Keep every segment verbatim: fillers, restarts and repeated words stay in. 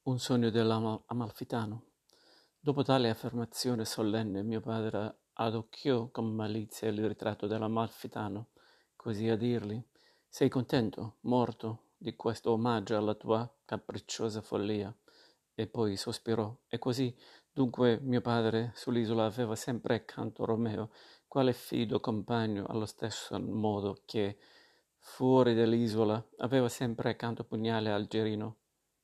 Un sogno dell'Amalfitano. Dopo tale affermazione solenne, mio padre adocchiò con malizia il ritratto dell'Amalfitano, così a dirgli: «Sei contento, morto, di questo omaggio alla tua capricciosa follia?» E poi sospirò: «E così, dunque, mio padre sull'isola aveva sempre accanto Romeo, quale fido compagno, allo stesso modo che, fuori dell'isola, aveva sempre accanto Pugnale Algerino.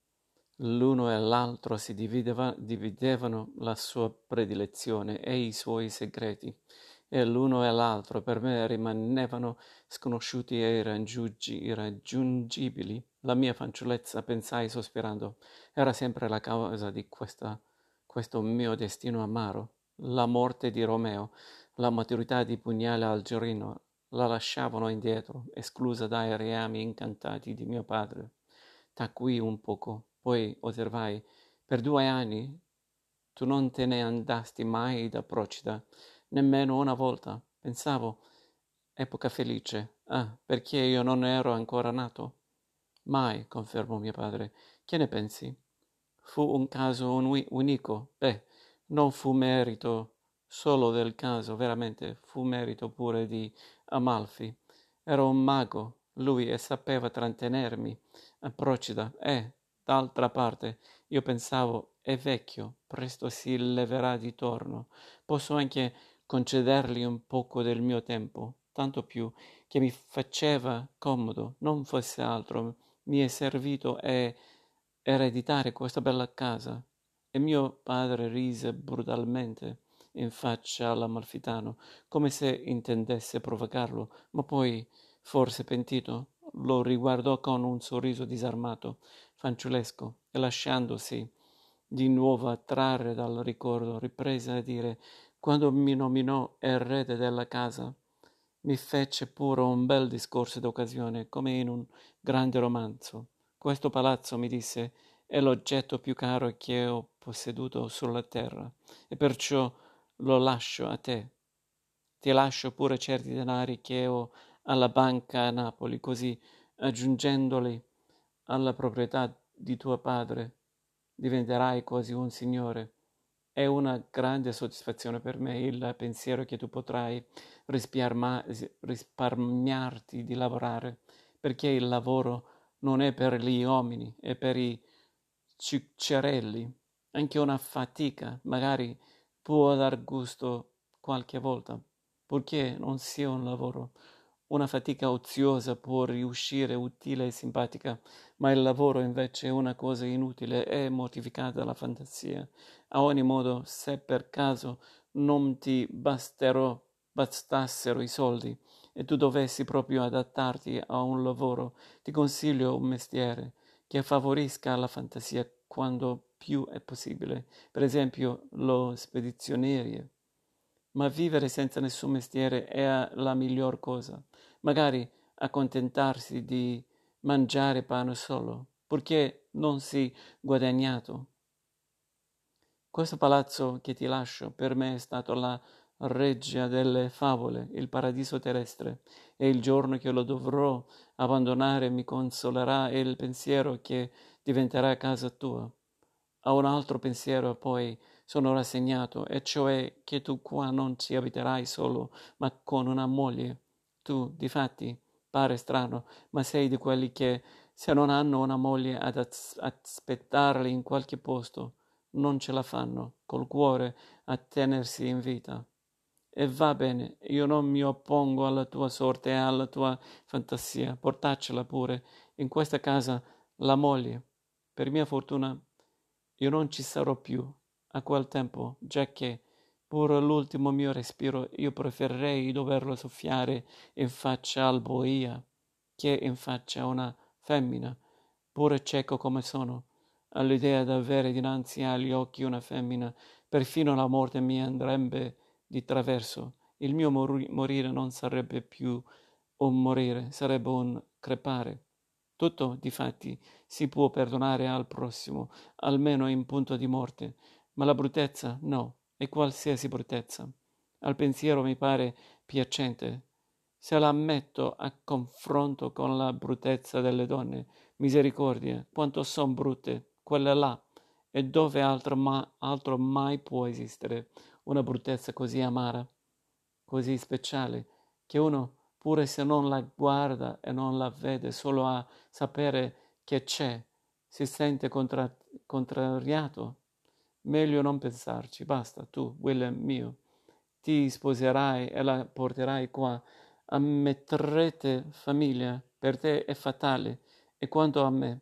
L'uno e l'altro si divideva- dividevano la sua predilezione e i suoi segreti, e l'uno e l'altro per me rimanevano sconosciuti e irraggiungi- irraggiungibili. La mia fanciullezza, pensai sospirando, era sempre la causa di questa- questo mio destino amaro. La morte di Romeo, la maturità di Pugnale Algerino la lasciavano indietro, esclusa dai reami incantati di mio padre. Tacqui un poco, poi osservai: «Per due anni tu non te ne andasti mai da Procida, nemmeno una volta. Pensavo, epoca felice. Ah, perché io non ero ancora nato?» «Mai», confermò mio padre. «Che ne pensi?» «Fu un caso uni- unico. Beh, non fu merito solo del caso, veramente, fu merito pure di Amalfi. Era un mago, lui, e sapeva trattenermi a Procida, e, d'altra parte, io pensavo, è vecchio, presto si leverà di torno. Posso anche concedergli un poco del mio tempo, tanto più che mi faceva comodo, non fosse altro, mi è servito a ereditare questa bella casa». E mio padre rise brutalmente in faccia all'Amalfitano, come se intendesse provocarlo, ma poi, forse pentito, lo riguardò con un sorriso disarmato, fanciullesco, e lasciandosi di nuovo attrarre dal ricordo, riprese a dire: «Quando mi nominò erede della casa, mi fece pure un bel discorso d'occasione, come in un grande romanzo. Questo palazzo, mi disse, è l'oggetto più caro che ho posseduto sulla terra, e perciò lo lascio a te. Ti lascio pure certi denari che ho alla banca a Napoli, così, aggiungendoli alla proprietà di tuo padre, diventerai quasi un signore. È una grande soddisfazione per me il pensiero che tu potrai risparma- risparmiarti di lavorare, perché il lavoro non è per gli uomini, è per i ciccerelli. Anche una fatica, magari, può dar gusto qualche volta, purché non sia un lavoro. Una fatica oziosa può riuscire utile e simpatica, ma il lavoro invece è una cosa inutile e mortificata la fantasia. A ogni modo, se per caso non ti basterò, bastassero i soldi e tu dovessi proprio adattarti a un lavoro, ti consiglio un mestiere che favorisca la fantasia quando più è possibile, per esempio lo spedizionerie. Ma vivere senza nessun mestiere è la miglior cosa. Magari accontentarsi di mangiare pane solo, purché non si guadagnato. Questo palazzo che ti lascio per me è stato la reggia delle favole, il paradiso terrestre, e il giorno che lo dovrò abbandonare mi consolerà il pensiero che diventerà casa tua. A un altro pensiero poi sono rassegnato, e cioè che tu qua non ci abiterai solo, ma con una moglie. Tu, difatti, pare strano, ma sei di quelli che, se non hanno una moglie ad as- aspettarli in qualche posto, non ce la fanno col cuore a tenersi in vita. E va bene, io non mi oppongo alla tua sorte e alla tua fantasia, portacela pure in questa casa la moglie. Per mia fortuna io non ci sarò più a quel tempo, giacché pur l'ultimo mio respiro io preferirei doverlo soffiare in faccia al boia che in faccia a una femmina, pure cieco come sono. All'idea d'avere dinanzi agli occhi una femmina, perfino la morte mi andrebbe di traverso. Il mio mori- morire non sarebbe più un morire, sarebbe un crepare. Tutto, difatti, si può perdonare al prossimo, almeno in punto di morte, ma la bruttezza no, e qualsiasi bruttezza. Al pensiero mi pare piacente. Se la metto a confronto con la bruttezza delle donne, misericordia, quanto son brutte, quelle là, E dove altro, ma- altro mai può esistere una bruttezza così amara, così speciale, che uno, pure se non la guarda e non la vede, solo a sapere che c'è, si sente contra- contrariato? Meglio non pensarci, basta, tu, William mio, ti sposerai e la porterai qua. Ammetterete famiglia, per te è fatale. E quanto a me,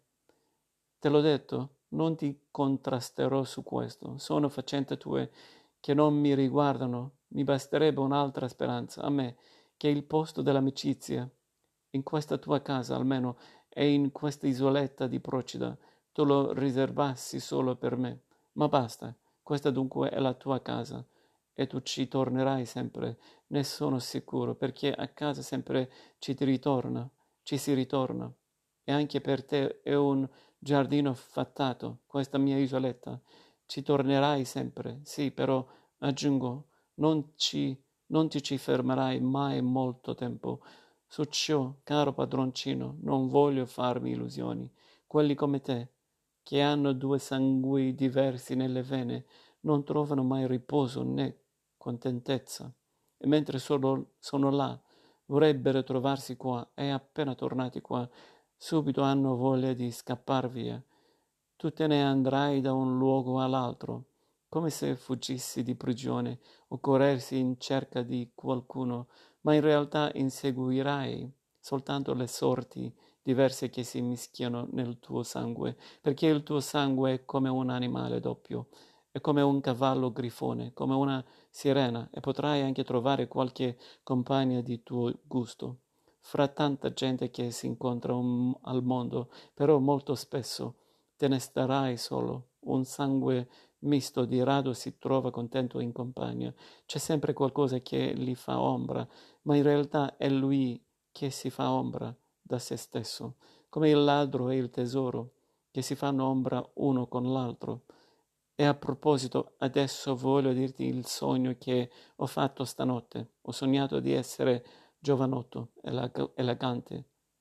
te l'ho detto, non ti contrasterò su questo. Sono faccende tue che non mi riguardano. Mi basterebbe un'altra speranza, a me, che il posto dell'amicizia, in questa tua casa almeno, e in questa isoletta di Procida, tu lo riservassi solo per me. Ma basta, questa dunque è la tua casa, e tu ci tornerai sempre, ne sono sicuro, perché a casa sempre ci ti ritorna, ci si ritorna. E anche per te è un giardino fattato, questa mia isoletta. Ci tornerai sempre, sì, però aggiungo, non ci, non ti ci fermerai mai molto tempo. Su ciò, caro padroncino, non voglio farmi illusioni. Quelli come te, che hanno due sangui diversi nelle vene, non trovano mai riposo né contentezza. E mentre sono, sono là, vorrebbero trovarsi qua, e appena tornati qua, subito hanno voglia di scappar via. Tu te ne andrai da un luogo all'altro, come se fuggissi di prigione o corrersi in cerca di qualcuno, ma in realtà inseguirai soltanto le sorti diverse che si mischiano nel tuo sangue, perché il tuo sangue è come un animale doppio, è come un cavallo grifone, come una sirena, e potrai anche trovare qualche compagna di tuo gusto fra tanta gente che si incontra un- al mondo, però molto spesso te ne starai solo. Un sangue misto di rado si trova contento in compagnia. C'è sempre qualcosa che gli fa ombra, ma in realtà è lui che si fa ombra da se stesso, come il ladro e il tesoro che si fanno ombra uno con l'altro. E a proposito, adesso voglio dirti il sogno che ho fatto stanotte. Ho sognato di essere giovanotto, eleg- elegante,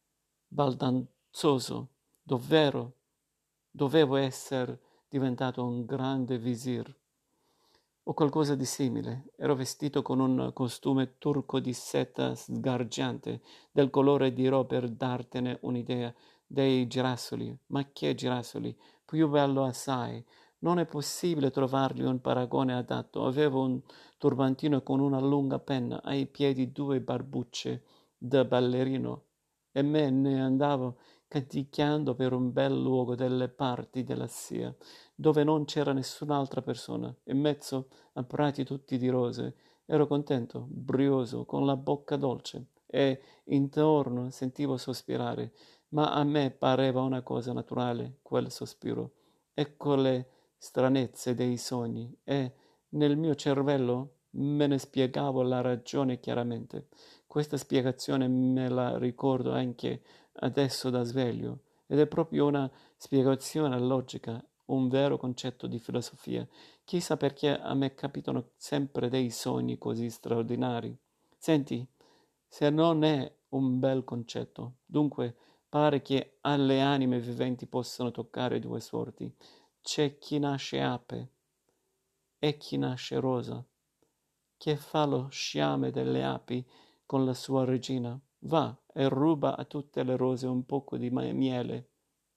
baldanzoso, dovvero dovevo essere diventato un grande visir o qualcosa di simile. Ero vestito con un costume turco di seta sgargiante, del colore dirò per dartene un'idea, dei girasoli. Ma che girasoli? Più bello assai. Non è possibile trovargli un paragone adatto. Avevo un turbantino con una lunga penna, ai piedi due barbucce da ballerino, e me ne andavo canticchiando per un bel luogo delle parti della Sia, dove non c'era nessun'altra persona, in mezzo a prati tutti di rose. Ero contento, brioso, con la bocca dolce, e intorno sentivo sospirare, ma a me pareva una cosa naturale quel sospiro. Ecco le stranezze dei sogni, e nel mio cervello me ne spiegavo la ragione chiaramente. Questa spiegazione me la ricordo anche adesso da sveglio, ed è proprio una spiegazione logica, un vero concetto di filosofia. Chissà perché a me capitano sempre dei sogni così straordinari. Senti, se non è un bel concetto, dunque pare che alle anime viventi possano toccare due sorti. C'è chi nasce ape e chi nasce rosa, che fa lo sciame delle api con la sua regina. Va e ruba a tutte le rose un poco di miele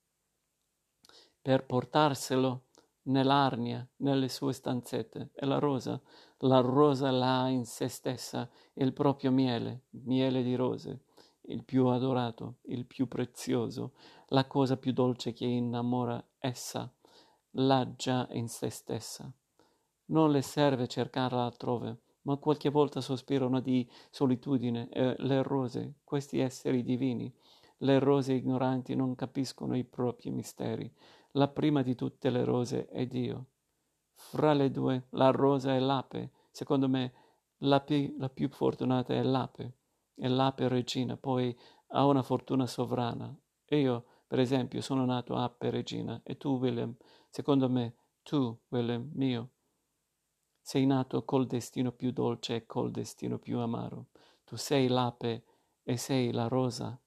per portarselo nell'arnia, nelle sue stanzette. E la rosa, la rosa là in se stessa il proprio miele, miele di rose, il più adorato, il più prezioso, la cosa più dolce che innamora essa, l'ha già in se stessa. Non le serve cercarla altrove, ma qualche volta sospirano di solitudine, e le rose, questi esseri divini, le rose ignoranti non capiscono i propri misteri. La prima di tutte le rose è Dio. Fra le due, la rosa e l'ape, secondo me la, pi- la più fortunata è l'ape, e l'ape regina, poi ha una fortuna sovrana. E io, per esempio, sono nato ape regina, e tu, William, secondo me, tu, William mio, sei nato col destino più dolce e col destino più amaro. Tu sei l'ape e sei la rosa.